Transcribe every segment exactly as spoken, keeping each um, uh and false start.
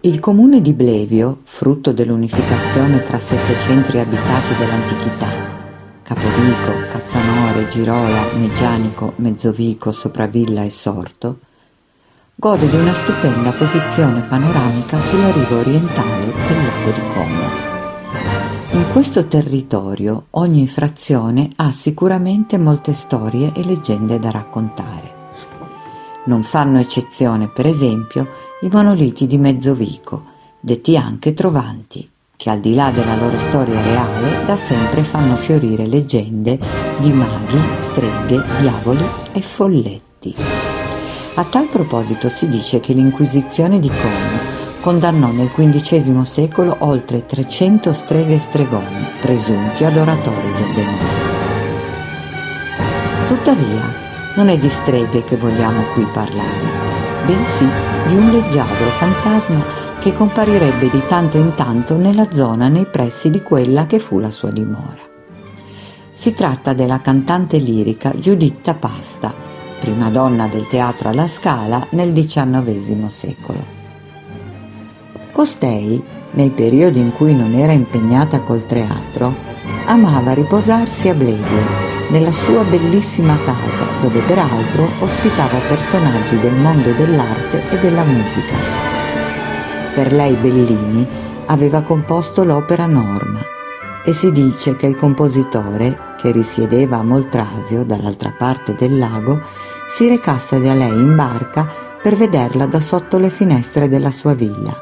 Il comune di Blevio, frutto dell'unificazione tra sette centri abitati dell'antichità, Capovico, Cazzanore, Girola, Meggianico, Mezzovico, Sopravilla e Sorto, gode di una stupenda posizione panoramica sulla riva orientale del lago di Como. In questo territorio ogni frazione ha sicuramente molte storie e leggende da raccontare. Non fanno eccezione, per esempio, i monoliti di Mezzovico, detti anche Trovanti, che al di là della loro storia reale da sempre fanno fiorire leggende di maghi, streghe, diavoli e folletti. A tal proposito si dice che l'Inquisizione di Como condannò nel quindicesimo secolo oltre trecento streghe e stregoni, presunti adoratori del demonio. Tuttavia, non è di streghe che vogliamo qui parlare, bensì di un leggiadro fantasma che comparirebbe di tanto in tanto nella zona nei pressi di quella che fu la sua dimora. Si tratta della cantante lirica Giuditta Pasta, prima donna del teatro alla Scala nel diciannovesimo secolo. Costei, nei periodi in cui non era impegnata col teatro, amava riposarsi a Blevio, nella sua bellissima casa, dove peraltro ospitava personaggi del mondo dell'arte e della musica. Per lei Bellini aveva composto l'opera Norma e si dice che il compositore, che risiedeva a Moltrasio, dall'altra parte del lago, si recasse da lei in barca per vederla da sotto le finestre della sua villa.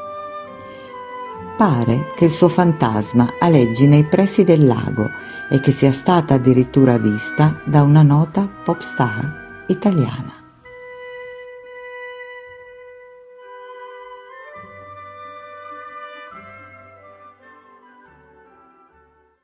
Pare che il suo fantasma aleggi nei pressi del lago e che sia stata addirittura vista da una nota pop star italiana.